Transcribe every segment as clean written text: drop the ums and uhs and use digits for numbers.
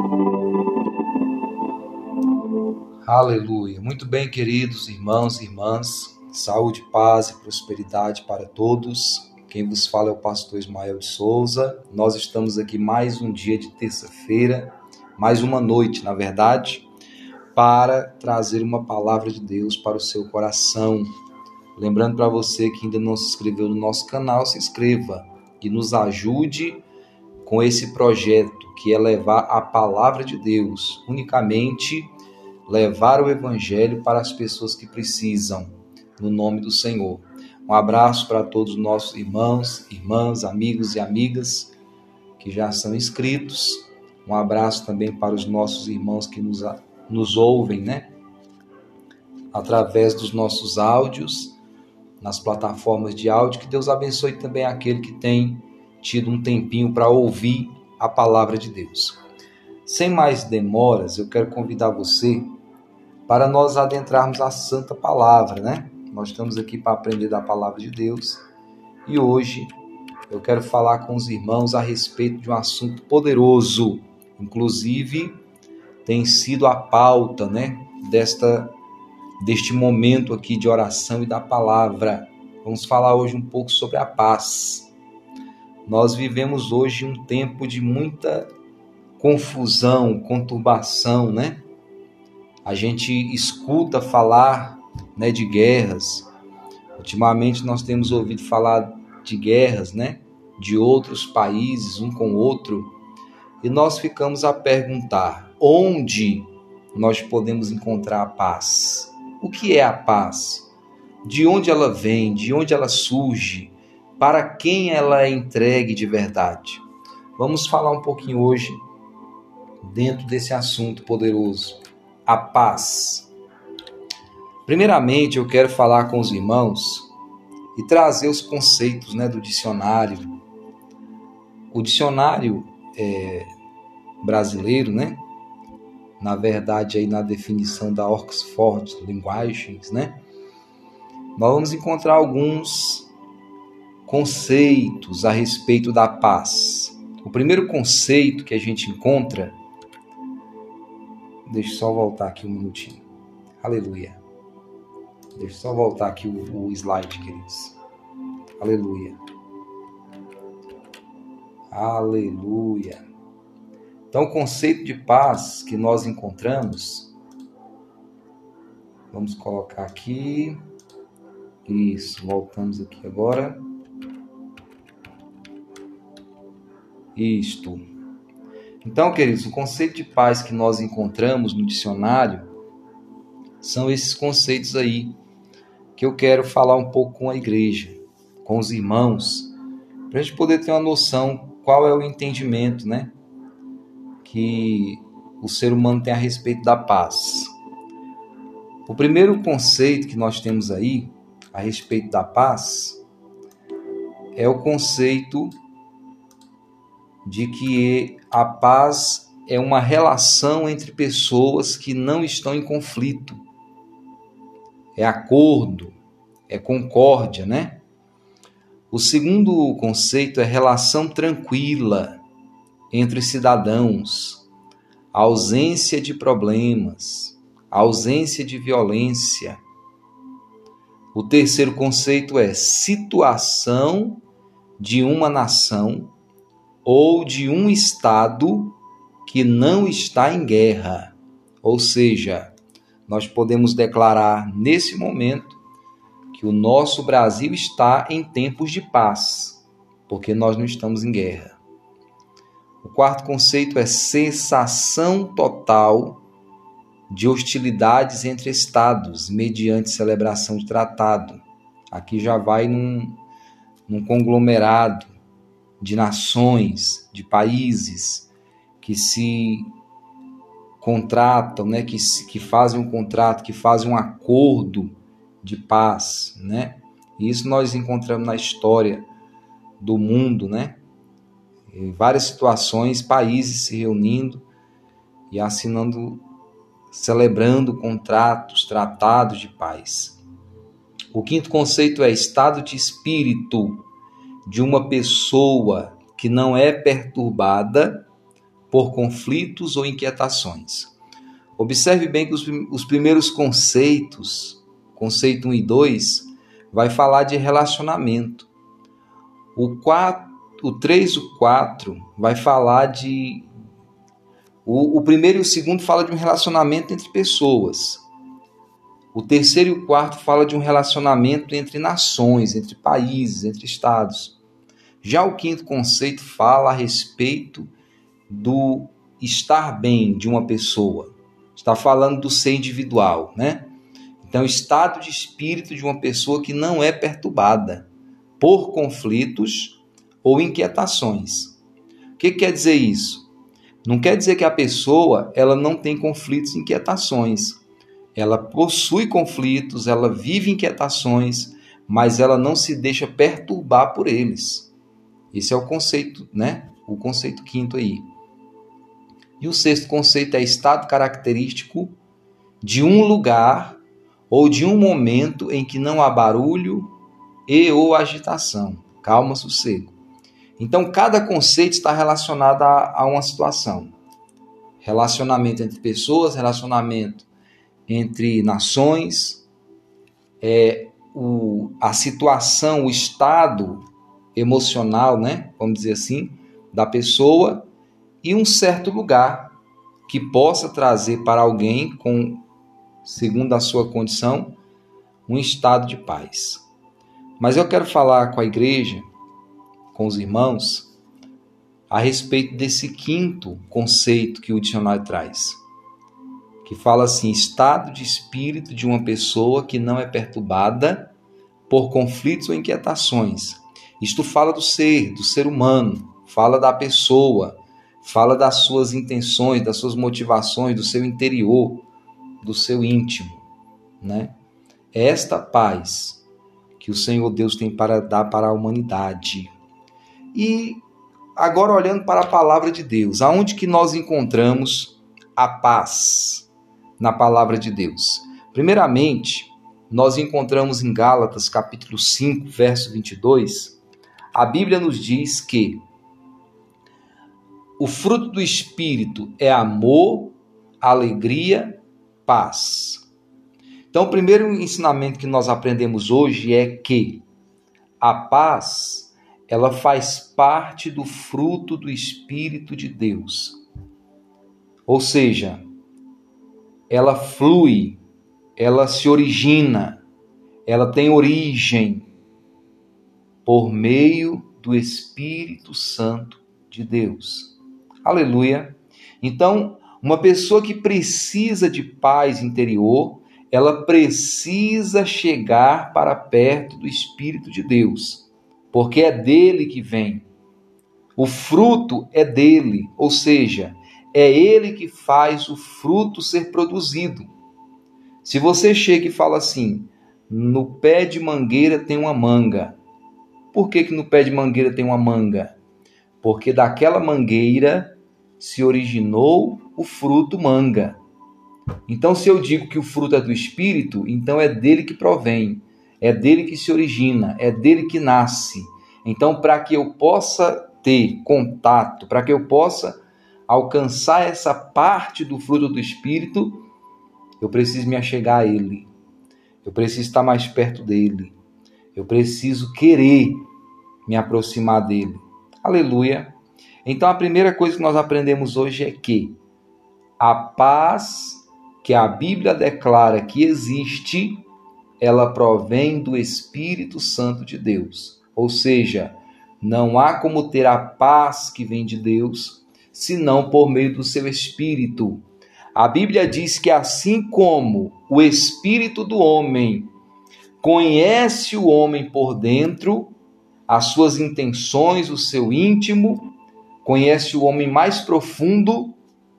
Aleluia. Muito bem, queridos irmãos e irmãs. Saúde, paz e prosperidade para todos. Quem vos fala é o pastor Ismael de Souza. Nós estamos aqui mais um dia de terça-feira, mais uma noite, na verdade, para trazer uma palavra de Deus para o seu coração. Lembrando para você que ainda não se inscreveu no nosso canal, se inscreva e nos ajude com esse projeto que é levar a palavra de Deus, unicamente levar o evangelho para as pessoas que precisam, no nome do Senhor. Um abraço para todos os nossos irmãos, irmãs, amigos e amigas que já são inscritos. Um abraço também para os nossos irmãos que nos ouvem, através dos nossos áudios, nas plataformas de áudio. Que Deus abençoe também aquele que tem tido um tempinho para ouvir a palavra de Deus. Sem mais demoras, eu quero convidar você para nós adentrarmos a santa palavra, Nós estamos aqui para aprender da palavra de Deus e hoje eu quero falar com os irmãos a respeito de um assunto poderoso, inclusive tem sido a pauta, deste momento aqui de oração e da palavra. Vamos falar hoje um pouco sobre a paz. Nós vivemos hoje um tempo de muita confusão, conturbação, A gente escuta falar, de guerras. Ultimamente nós temos ouvido falar de guerras, de outros países, um com o outro, e nós ficamos a perguntar: onde nós podemos encontrar a paz? O que é a paz? De onde ela vem? De onde ela surge? Para quem ela é entregue de verdade? Vamos falar um pouquinho hoje dentro desse assunto poderoso, a paz. Primeiramente, eu quero falar com os irmãos e trazer os conceitos do dicionário. O dicionário brasileiro, na verdade, aí na definição da Oxford Linguagens, nós vamos encontrar alguns conceitos a respeito da paz. O primeiro conceito que a gente encontra, deixa eu só voltar aqui um minutinho. Aleluia. Deixa eu só voltar aqui o slide, queridos. Aleluia. Aleluia. Então, o conceito de paz que nós encontramos, vamos colocar aqui. Isso, voltamos aqui agora. Isto. Então, queridos, o conceito de paz que nós encontramos no dicionário são esses conceitos aí que eu quero falar um pouco com a igreja, com os irmãos, para a gente poder ter uma noção qual é o entendimento, que o ser humano tem a respeito da paz. O primeiro conceito que nós temos aí a respeito da paz é o conceito de que a paz é uma relação entre pessoas que não estão em conflito. É acordo, é concórdia, O segundo conceito é relação tranquila entre cidadãos, ausência de problemas, ausência de violência. O terceiro conceito é situação de uma nação ou de um estado que não está em guerra. Ou seja, nós podemos declarar nesse momento que o nosso Brasil está em tempos de paz, porque nós não estamos em guerra. O quarto conceito é cessação total de hostilidades entre estados, mediante celebração de tratado. Aqui já vai num conglomerado de nações, de países que se contratam, que fazem um contrato, que fazem um acordo de paz, E isso nós encontramos na história do mundo, Em várias situações, países se reunindo e assinando, celebrando contratos, tratados de paz. O quinto conceito é estado de espírito de uma pessoa que não é perturbada por conflitos ou inquietações. Observe bem que os primeiros conceitos, conceito 1 e 2, vai falar de relacionamento. O 3 e o 4 vai falar de... O primeiro e o segundo fala de um relacionamento entre pessoas. O terceiro e o quarto fala de um relacionamento entre nações, entre países, entre estados. Já o quinto conceito fala a respeito do estar bem de uma pessoa. Está falando do ser individual, né? Então, o estado de espírito de uma pessoa que não é perturbada por conflitos ou inquietações. O que quer dizer isso? Não quer dizer que a pessoa ela não tem conflitos e inquietações. Ela possui conflitos, ela vive inquietações, mas ela não se deixa perturbar por eles. Esse é o conceito, né? O conceito quinto aí. E o sexto conceito é estado característico de um lugar ou de um momento em que não há barulho e ou agitação. Calma, sossego. Então, cada conceito está relacionado a uma situação. Relacionamento entre pessoas, relacionamento entre nações, a situação, o estado emocional, né? Vamos dizer assim, da pessoa e um certo lugar que possa trazer para alguém, segundo a sua condição, um estado de paz. Mas eu quero falar com a igreja, com os irmãos, a respeito desse quinto conceito que o dicionário traz, que fala assim, estado de espírito de uma pessoa que não é perturbada por conflitos ou inquietações. Isto fala do ser humano, fala da pessoa, fala das suas intenções, das suas motivações, do seu interior, do seu íntimo, né? É esta paz que o Senhor Deus tem para dar para a humanidade. E agora olhando para a palavra de Deus, aonde que nós encontramos a paz na palavra de Deus? Primeiramente, nós encontramos em Gálatas capítulo 5, verso 22, a Bíblia nos diz que o fruto do Espírito é amor, alegria, paz. Então, o primeiro ensinamento que nós aprendemos hoje é que a paz, ela faz parte do fruto do Espírito de Deus. Ou seja, ela flui, ela se origina, ela tem origem por meio do Espírito Santo de Deus. Aleluia! Então, uma pessoa que precisa de paz interior, ela precisa chegar para perto do Espírito de Deus, porque é dele que vem. O fruto é dele, ou seja, é ele que faz o fruto ser produzido. Se você chega e fala assim, no pé de mangueira tem uma manga. Por que no pé de mangueira tem uma manga? Porque daquela mangueira se originou o fruto manga. Então, se eu digo que o fruto é do Espírito, então é dele que provém, é dele que se origina, é dele que nasce. Então, para que eu possa ter contato, para que eu possa alcançar essa parte do fruto do Espírito, eu preciso me achegar a ele, eu preciso estar mais perto dele, eu preciso querer me aproximar dele. Aleluia! Então, a primeira coisa que nós aprendemos hoje é que a paz que a Bíblia declara que existe, ela provém do Espírito Santo de Deus. Ou seja, não há como ter a paz que vem de Deus, senão por meio do seu Espírito. A Bíblia diz que assim como o Espírito do homem conhece o homem por dentro, as suas intenções, o seu íntimo, conhece o homem mais profundo,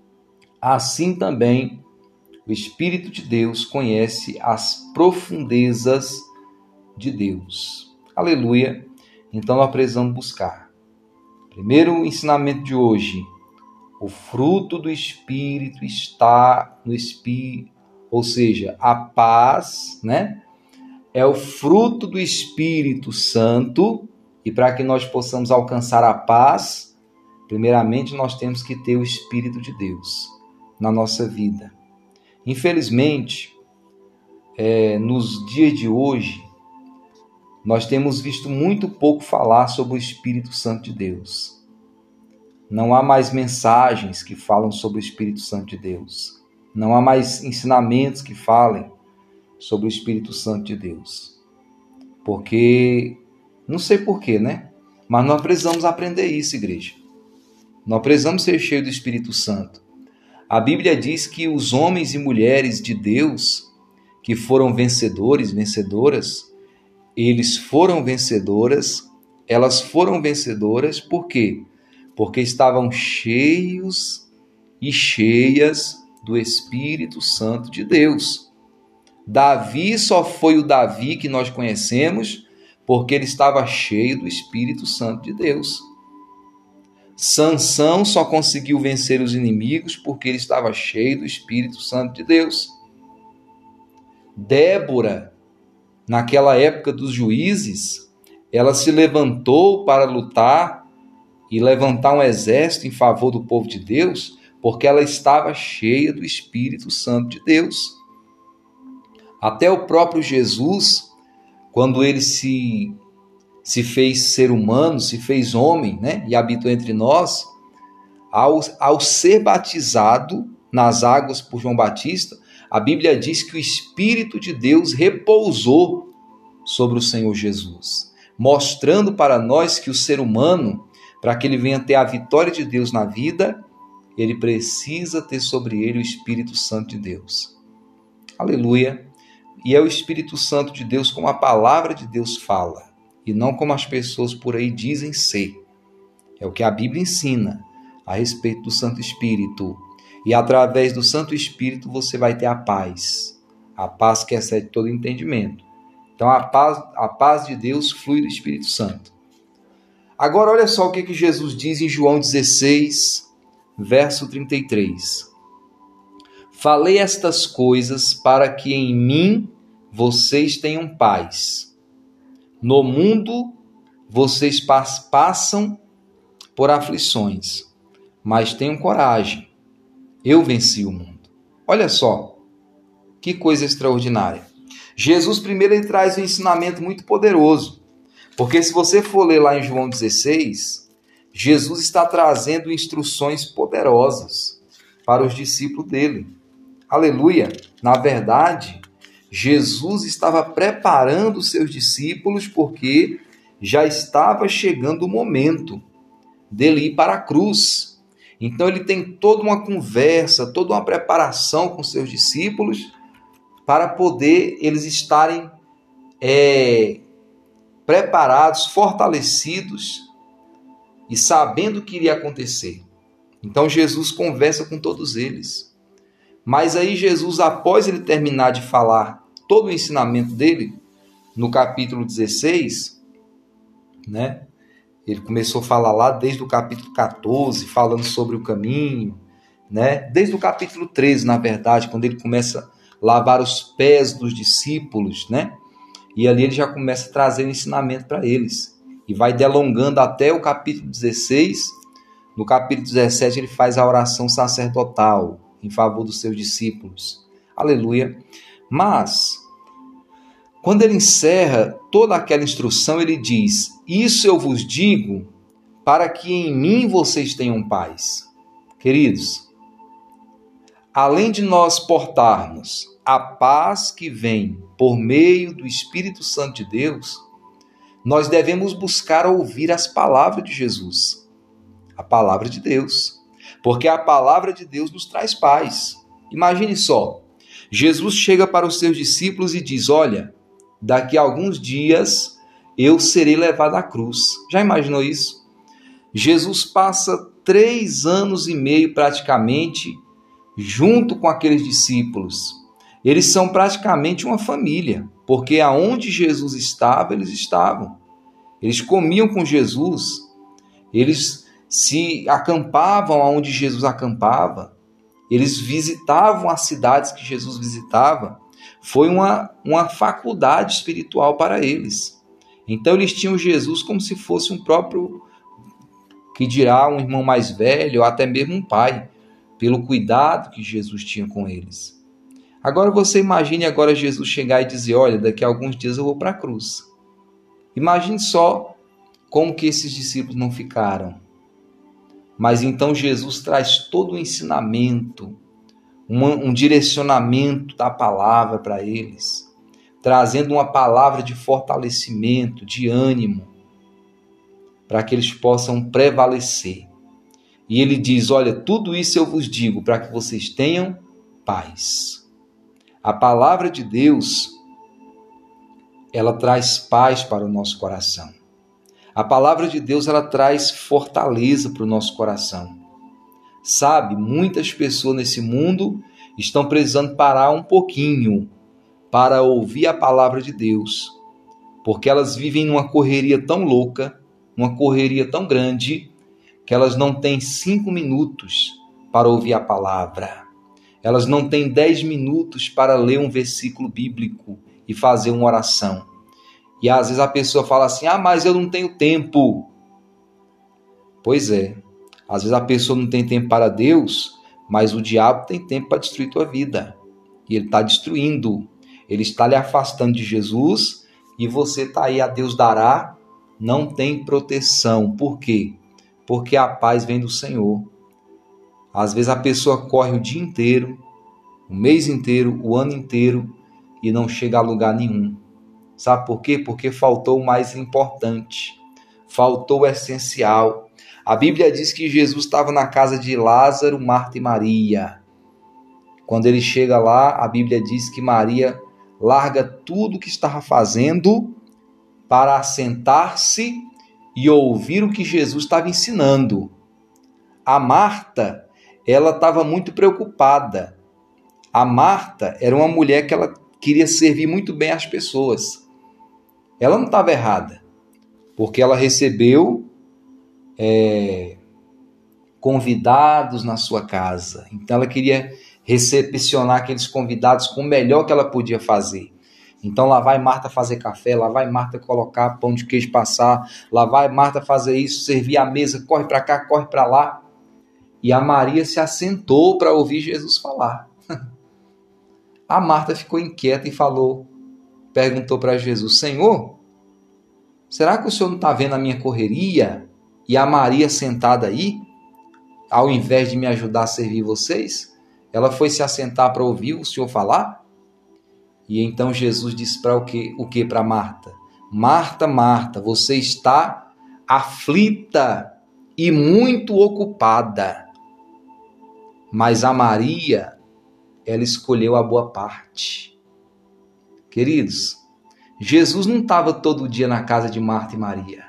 assim também o Espírito de Deus conhece as profundezas de Deus. Aleluia! Então nós precisamos buscar. Primeiro ensinamento de hoje, o fruto do Espírito está no Espírito, ou seja, a paz, né? É o fruto do Espírito Santo, e para que nós possamos alcançar a paz, primeiramente nós temos que ter o Espírito de Deus na nossa vida. Infelizmente, nos dias de hoje, nós temos visto muito pouco falar sobre o Espírito Santo de Deus. Não há mais mensagens que falam sobre o Espírito Santo de Deus. Não há mais ensinamentos que falem sobre o Espírito Santo de Deus. Porque, não sei porquê, né? Mas nós precisamos aprender isso, igreja. Nós precisamos ser cheios do Espírito Santo. A Bíblia diz que os homens e mulheres de Deus que foram vencedores, vencedoras, eles foram vencedoras, elas foram vencedoras por quê? Porque estavam cheios e cheias do Espírito Santo de Deus. Davi só foi o Davi que nós conhecemos porque ele estava cheio do Espírito Santo de Deus. Sansão só conseguiu vencer os inimigos porque ele estava cheio do Espírito Santo de Deus. Débora, naquela época dos juízes, ela se levantou para lutar e levantar um exército em favor do povo de Deus, porque ela estava cheia do Espírito Santo de Deus. Até o próprio Jesus, quando ele se fez ser humano, se fez homem, né, e habitou entre nós, ao ser batizado nas águas por João Batista, a Bíblia diz que o Espírito de Deus repousou sobre o Senhor Jesus, mostrando para nós que o ser humano, para que ele venha ter a vitória de Deus na vida, ele precisa ter sobre ele o Espírito Santo de Deus. Aleluia! E é o Espírito Santo de Deus como a palavra de Deus fala, e não como as pessoas por aí dizem ser. É o que a Bíblia ensina a respeito do Santo Espírito. E através do Santo Espírito você vai ter a paz que excede todo entendimento. Então a paz de Deus flui do Espírito Santo. Agora olha só o que Jesus diz em João 16, verso 33. Falei estas coisas para que em mim vocês tenham paz. No mundo vocês passam por aflições, mas tenham coragem. Eu venci o mundo. Olha só, que coisa extraordinária. Jesus primeiro ele traz um ensinamento muito poderoso, porque se você for ler lá em João 16, Jesus está trazendo instruções poderosas para os discípulos dele. Aleluia! Na verdade, Jesus estava preparando os seus discípulos porque já estava chegando o momento dele ir para a cruz. Então ele tem toda uma conversa, toda uma preparação com seus discípulos para poder eles estarem preparados, fortalecidos e sabendo o que iria acontecer. Então Jesus conversa com todos eles. Mas aí Jesus, após ele terminar de falar todo o ensinamento dele, no capítulo 16, né? Ele começou a falar lá desde o capítulo 14, falando sobre o caminho, né? Desde o capítulo 13, na verdade, quando ele começa a lavar os pés dos discípulos, né? E ali ele já começa a trazer ensinamento para eles. E vai delongando até o capítulo 16. No capítulo 17 ele faz a oração sacerdotal em favor dos seus discípulos. Aleluia! Mas, quando ele encerra toda aquela instrução, ele diz: isso eu vos digo para que em mim vocês tenham paz. Queridos, além de nós portarmos a paz que vem por meio do Espírito Santo de Deus, nós devemos buscar ouvir as palavras de Jesus, a palavra de Deus, porque a palavra de Deus nos traz paz. Imagine só, Jesus chega para os seus discípulos e diz: olha, daqui a alguns dias eu serei levado à cruz. Já imaginou isso? Jesus passa 3 anos e meio praticamente junto com aqueles discípulos. Eles são praticamente uma família, porque aonde Jesus estava, eles estavam. Eles comiam com Jesus, eles se acampavam aonde Jesus acampava, eles visitavam as cidades que Jesus visitava. Foi uma faculdade espiritual para eles. Então eles tinham Jesus como se fosse um próprio Que dirá um irmão mais velho ou até mesmo um pai, pelo cuidado que Jesus tinha com eles. Agora você imagine agora Jesus chegar e dizer, olha, daqui a alguns dias eu vou para a cruz. Imagine só como que esses discípulos não ficaram. Mas então Jesus traz todo o ensinamento, um direcionamento da palavra para eles, trazendo uma palavra de fortalecimento, de ânimo, para que eles possam prevalecer. E ele diz, olha, tudo isso eu vos digo para que vocês tenham paz. A palavra de Deus, ela traz paz para o nosso coração. A palavra de Deus, ela traz fortaleza para o nosso coração. Sabe, muitas pessoas nesse mundo estão precisando parar um pouquinho para ouvir a palavra de Deus, porque elas vivem numa correria tão louca, numa correria tão grande, que elas não têm 5 minutos para ouvir a palavra. Elas não têm 10 minutos para ler um versículo bíblico e fazer uma oração. E às vezes a pessoa fala assim, mas eu não tenho tempo. Pois é, às vezes a pessoa não tem tempo para Deus, mas o diabo tem tempo para destruir tua vida. E ele está destruindo. Ele está lhe afastando de Jesus e você está aí, a Deus dará, não tem proteção. Por quê? Porque a paz vem do Senhor. Às vezes a pessoa corre o dia inteiro, o mês inteiro, o ano inteiro e não chega a lugar nenhum. Sabe por quê? Porque faltou o mais importante, faltou o essencial. A Bíblia diz que Jesus estava na casa de Lázaro, Marta e Maria. Quando ele chega lá, a Bíblia diz que Maria larga tudo o que estava fazendo para assentar-se e ouvir o que Jesus estava ensinando. A Marta, ela estava muito preocupada. A Marta era uma mulher que ela queria servir muito bem as pessoas. Ela não estava errada, porque ela recebeu convidados na sua casa. Então ela queria recepcionar aqueles convidados com o melhor que ela podia fazer. Então lá vai Marta fazer café, lá vai Marta colocar pão de queijo passar, lá vai Marta fazer isso, servir a mesa, corre para cá, corre para lá. E a Maria se assentou para ouvir Jesus falar. A Marta ficou inquieta e perguntou para Jesus, Senhor, será que o Senhor não está vendo a minha correria? E a Maria sentada aí, ao invés de me ajudar a servir vocês, ela foi se assentar para ouvir o Senhor falar? E então Jesus disse para o que para Marta? Marta, Marta, você está aflita e muito ocupada. Mas a Maria, ela escolheu a boa parte. Queridos, Jesus não estava todo dia na casa de Marta e Maria.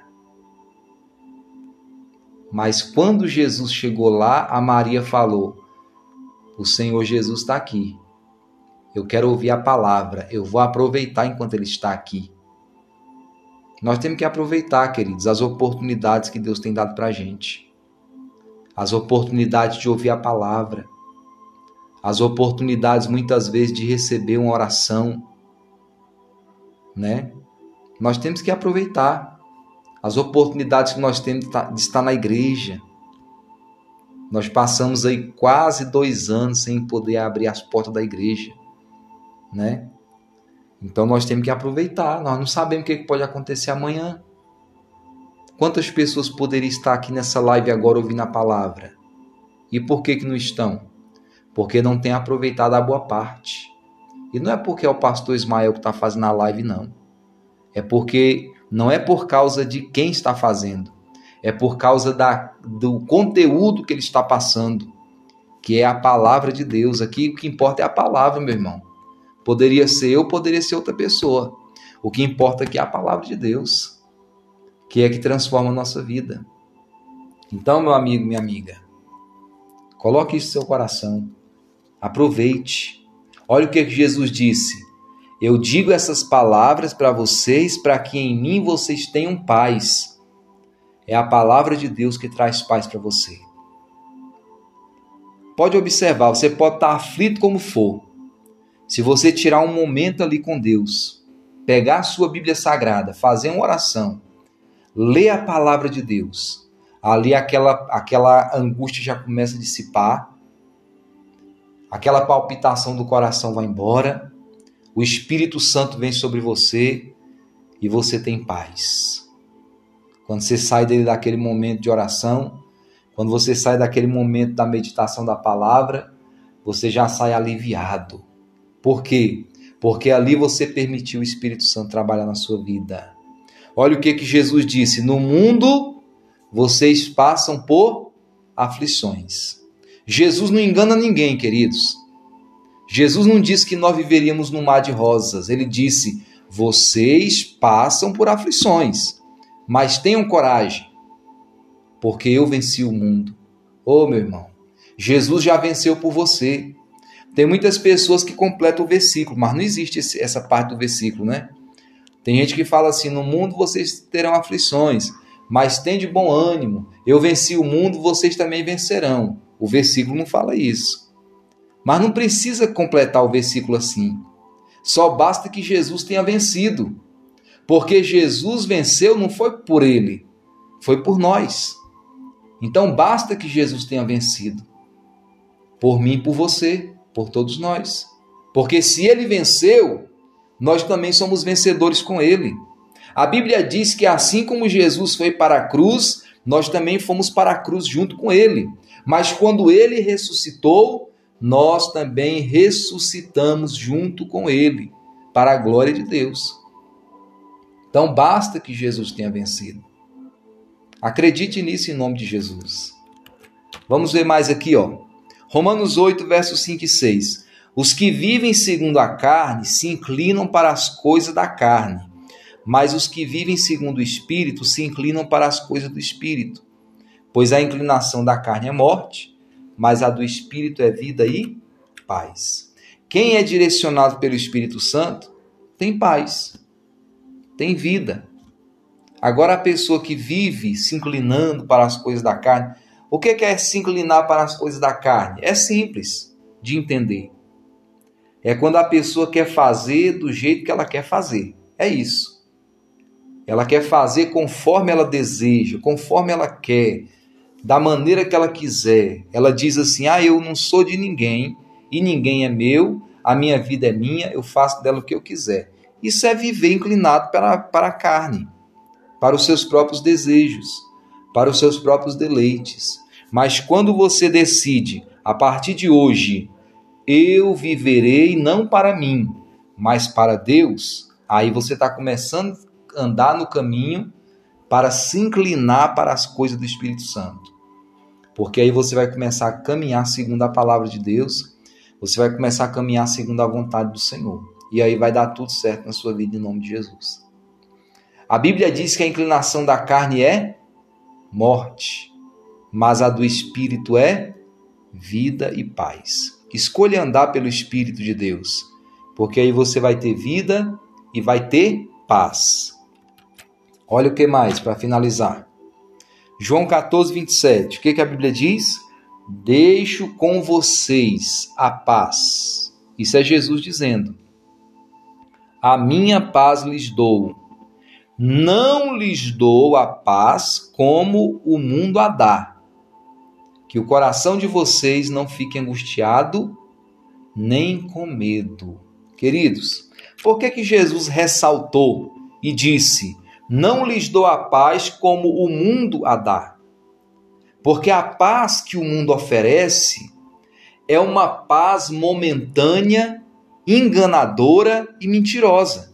Mas quando Jesus chegou lá, a Maria falou, o Senhor Jesus está aqui. Eu quero ouvir a palavra, eu vou aproveitar enquanto Ele está aqui. Nós temos que aproveitar, queridos, as oportunidades que Deus tem dado para a gente. As oportunidades de ouvir a palavra. As oportunidades, muitas vezes, de receber uma oração. Né? Nós temos que aproveitar as oportunidades que nós temos de estar na igreja. Nós passamos aí quase 2 anos sem poder abrir as portas da igreja. Né? Então nós temos que aproveitar. Nós não sabemos o que pode acontecer amanhã. Quantas pessoas poderiam estar aqui nessa live agora ouvindo a palavra? E por que não estão? Porque não têm aproveitado a boa parte. E não é porque é o pastor Ismael que está fazendo a live, não. É porque não é por causa de quem está fazendo. É por causa do conteúdo que ele está passando, que é a palavra de Deus. Aqui o que importa é a palavra, meu irmão. Poderia ser eu, poderia ser outra pessoa. O que importa aqui é a palavra de Deus, que é que transforma a nossa vida. Então, meu amigo, minha amiga, coloque isso no seu coração. Aproveite. Olha o que Jesus disse. Eu digo essas palavras para vocês, para que em mim vocês tenham paz. É a palavra de Deus que traz paz para você. Pode observar, você pode estar aflito como for. Se você tirar um momento ali com Deus, pegar a sua Bíblia Sagrada, fazer uma oração, ler a palavra de Deus, ali aquela angústia já começa a dissipar, aquela palpitação do coração vai embora, o Espírito Santo vem sobre você e você tem paz. Quando você sai daquele momento de oração, quando você sai daquele momento da meditação da palavra, você já sai aliviado. Por quê? Porque ali você permitiu o Espírito Santo trabalhar na sua vida. Olha o que Jesus disse: no mundo vocês passam por aflições. Jesus não engana ninguém, queridos. Jesus não disse que nós viveríamos num mar de rosas. Ele disse: vocês passam por aflições, mas tenham coragem, porque eu venci o mundo. Ô, meu irmão, Jesus já venceu por você. Tem muitas pessoas que completam o versículo, mas não existe essa parte do versículo, né? Tem gente que fala assim: no mundo vocês terão aflições, mas tem de bom ânimo. Eu venci o mundo, vocês também vencerão. O versículo não fala isso. Mas não precisa completar o versículo assim. Só basta que Jesus tenha vencido. Porque Jesus venceu não foi por ele, foi por nós. Então basta que Jesus tenha vencido. Por mim e por você, por todos nós. Porque se ele venceu, nós também somos vencedores com ele. A Bíblia diz que assim como Jesus foi para a cruz, nós também fomos para a cruz junto com ele. Mas quando ele ressuscitou, nós também ressuscitamos junto com ele, para a glória de Deus. Então basta que Jesus tenha vencido. Acredite nisso em nome de Jesus. Vamos ver mais aqui, ó. Romanos 8, versos 5 e 6. Os que vivem segundo a carne se inclinam para as coisas da carne, mas os que vivem segundo o Espírito se inclinam para as coisas do Espírito. Pois a inclinação da carne é morte, mas a do Espírito é vida e paz. Quem é direcionado pelo Espírito Santo tem paz, tem vida. Agora a pessoa que vive se inclinando para as coisas da carne, o que é se inclinar para as coisas da carne? É simples de entender. É quando a pessoa quer fazer do jeito que ela quer fazer. É isso. Ela quer fazer conforme ela deseja, conforme ela quer, da maneira que ela quiser. Ela diz assim: eu não sou de ninguém e ninguém é meu, a minha vida é minha, eu faço dela o que eu quiser. Isso é viver inclinado para a carne, para os seus próprios desejos, para os seus próprios deleites. Mas quando você decide, a partir de hoje, eu viverei não para mim, mas para Deus, aí você está começando a andar no caminho para se inclinar para as coisas do Espírito Santo. Porque aí você vai começar a caminhar segundo a palavra de Deus, você vai começar a caminhar segundo a vontade do Senhor. E aí vai dar tudo certo na sua vida em nome de Jesus. A Bíblia diz que a inclinação da carne é morte, mas a do Espírito é vida e paz. Escolha andar pelo Espírito de Deus, porque aí você vai ter vida e vai ter paz. Olha o que mais para finalizar. João 14, 27. O que a Bíblia diz? Deixo com vocês a paz. Isso é Jesus dizendo. A minha paz lhes dou. Não lhes dou a paz como o mundo a dá. Que o coração de vocês não fique angustiado, nem com medo. Queridos, por que Jesus ressaltou e disse: não lhes dou a paz como o mundo a dá? Porque a paz que o mundo oferece é uma paz momentânea, enganadora e mentirosa.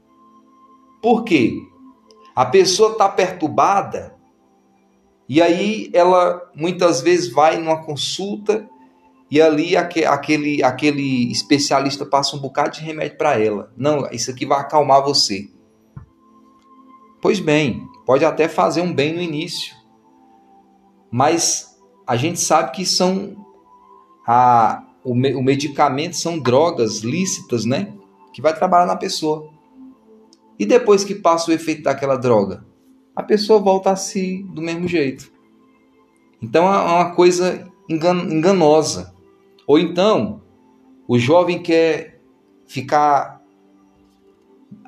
Por quê? A pessoa está perturbada e aí ela muitas vezes vai numa consulta e ali aquele especialista passa um bocado de remédio para ela. Não, isso aqui vai acalmar você. Pois bem, pode até fazer um bem no início, mas a gente sabe que o medicamento são drogas lícitas, né? Que vai trabalhar na pessoa. E depois que passa o efeito daquela droga, a pessoa volta a si do mesmo jeito. Então é uma coisa enganosa. Ou então, o jovem quer ficar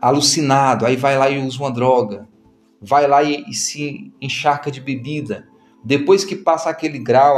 alucinado, aí vai lá e usa uma droga, vai lá e se encharca de bebida, depois que passa aquele grau,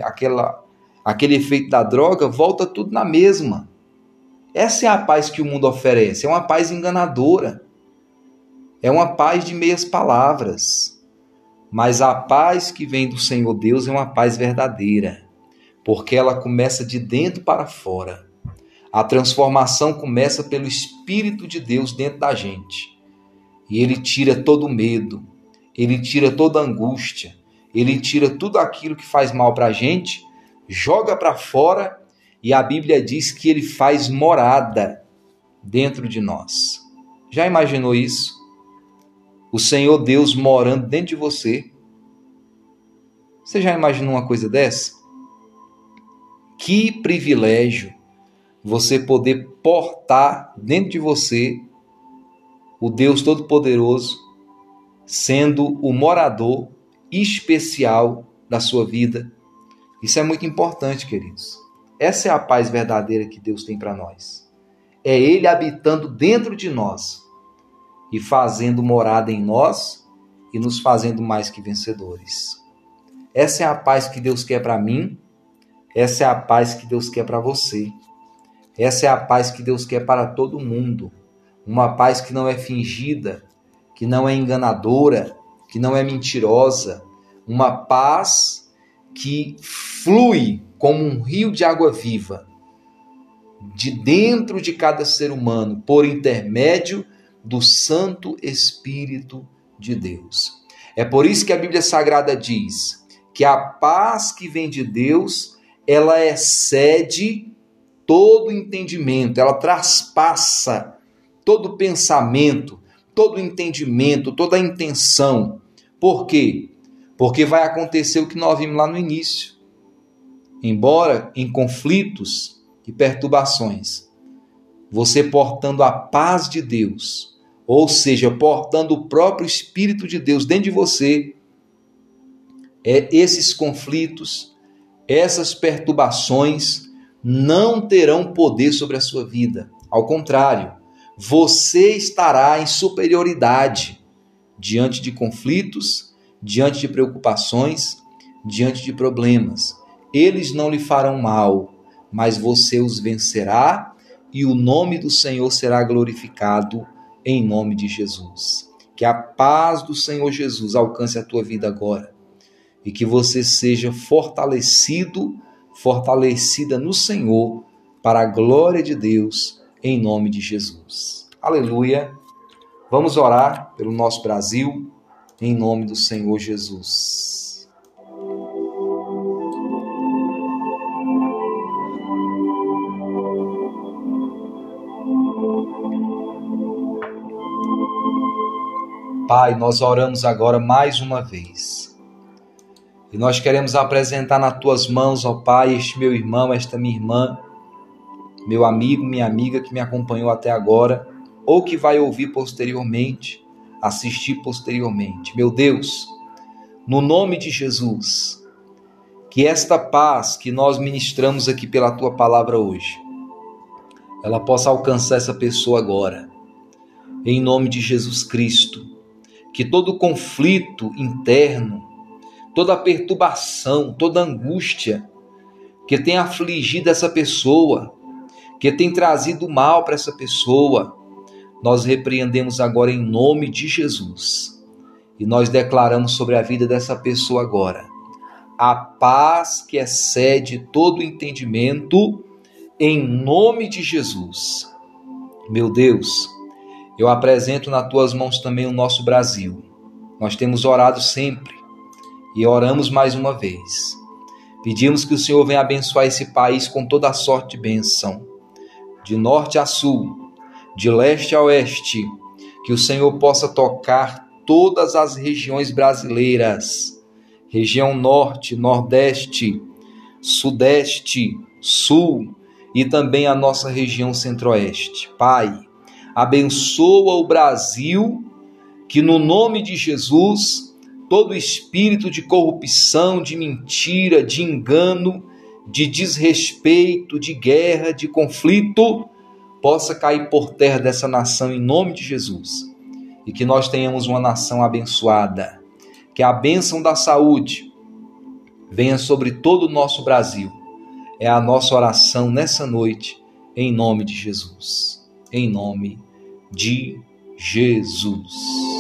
aquele efeito da droga, volta tudo na mesma. Essa é a paz que o mundo oferece, é uma paz enganadora, é uma paz de meias palavras. Mas a paz que vem do Senhor Deus é uma paz verdadeira, porque ela começa de dentro para fora. A transformação começa pelo Espírito de Deus dentro da gente. E Ele tira todo o medo, Ele tira toda a angústia, Ele tira tudo aquilo que faz mal para a gente, joga para fora, e a Bíblia diz que Ele faz morada dentro de nós. Já imaginou isso? O Senhor Deus morando dentro de você. Você já imaginou uma coisa dessa? Que privilégio você poder portar dentro de você o Deus Todo-Poderoso, sendo o morador especial da sua vida. Isso é muito importante, queridos. Essa é a paz verdadeira que Deus tem para nós. É Ele habitando dentro de nós e fazendo morada em nós e nos fazendo mais que vencedores. Essa é a paz que Deus quer para mim, essa é a paz que Deus quer para você. Essa é a paz que Deus quer para todo mundo. Uma paz que não é fingida, que não é enganadora, que não é mentirosa. Uma paz que flui como um rio de água viva, de dentro de cada ser humano, por intermédio do Santo Espírito de Deus. É por isso que a Bíblia Sagrada diz que a paz que vem de Deus, ela excede todo entendimento, ela traspassa todo pensamento, todo entendimento, toda intenção. Por quê? Porque vai acontecer o que nós vimos lá no início. Embora em conflitos e perturbações, você portando a paz de Deus, ou seja, portando o próprio Espírito de Deus dentro de você, esses conflitos, essas perturbações não terão poder sobre a sua vida. Ao contrário, você estará em superioridade diante de conflitos, diante de preocupações, diante de problemas. Eles não lhe farão mal, mas você os vencerá e o nome do Senhor será glorificado em nome de Jesus. Que a paz do Senhor Jesus alcance a tua vida agora e que você seja fortalecido, fortalecida no Senhor para a glória de Deus em nome de Jesus. Aleluia! Vamos orar pelo nosso Brasil em nome do Senhor Jesus. Pai, nós oramos agora mais uma vez. E nós queremos apresentar nas tuas mãos, ó Pai, este meu irmão, esta minha irmã, meu amigo, minha amiga que me acompanhou até agora, ou que vai ouvir posteriormente, assistir posteriormente. Meu Deus, no nome de Jesus, que esta paz que nós ministramos aqui pela tua palavra hoje, ela possa alcançar essa pessoa agora, em nome de Jesus Cristo. Que todo conflito interno, toda perturbação, toda angústia que tem afligido essa pessoa, que tem trazido mal para essa pessoa, nós repreendemos agora em nome de Jesus. E nós declaramos sobre a vida dessa pessoa agora a paz que excede todo entendimento em nome de Jesus. Meu Deus, eu apresento nas tuas mãos também o nosso Brasil. Nós temos orado sempre e oramos mais uma vez. Pedimos que o Senhor venha abençoar esse país com toda a sorte de bênção, de norte a sul, de leste a oeste, que o Senhor possa tocar todas as regiões brasileiras, região norte, nordeste, sudeste, sul e também a nossa região centro-oeste. Pai, abençoa o Brasil, que no nome de Jesus, todo espírito de corrupção, de mentira, de engano, de desrespeito, de guerra, de conflito, possa cair por terra dessa nação em nome de Jesus. E que nós tenhamos uma nação abençoada. Que a bênção da saúde, venha sobre todo o nosso Brasil. É a nossa oração nessa noite, em nome de Jesus. Em nome de Jesus.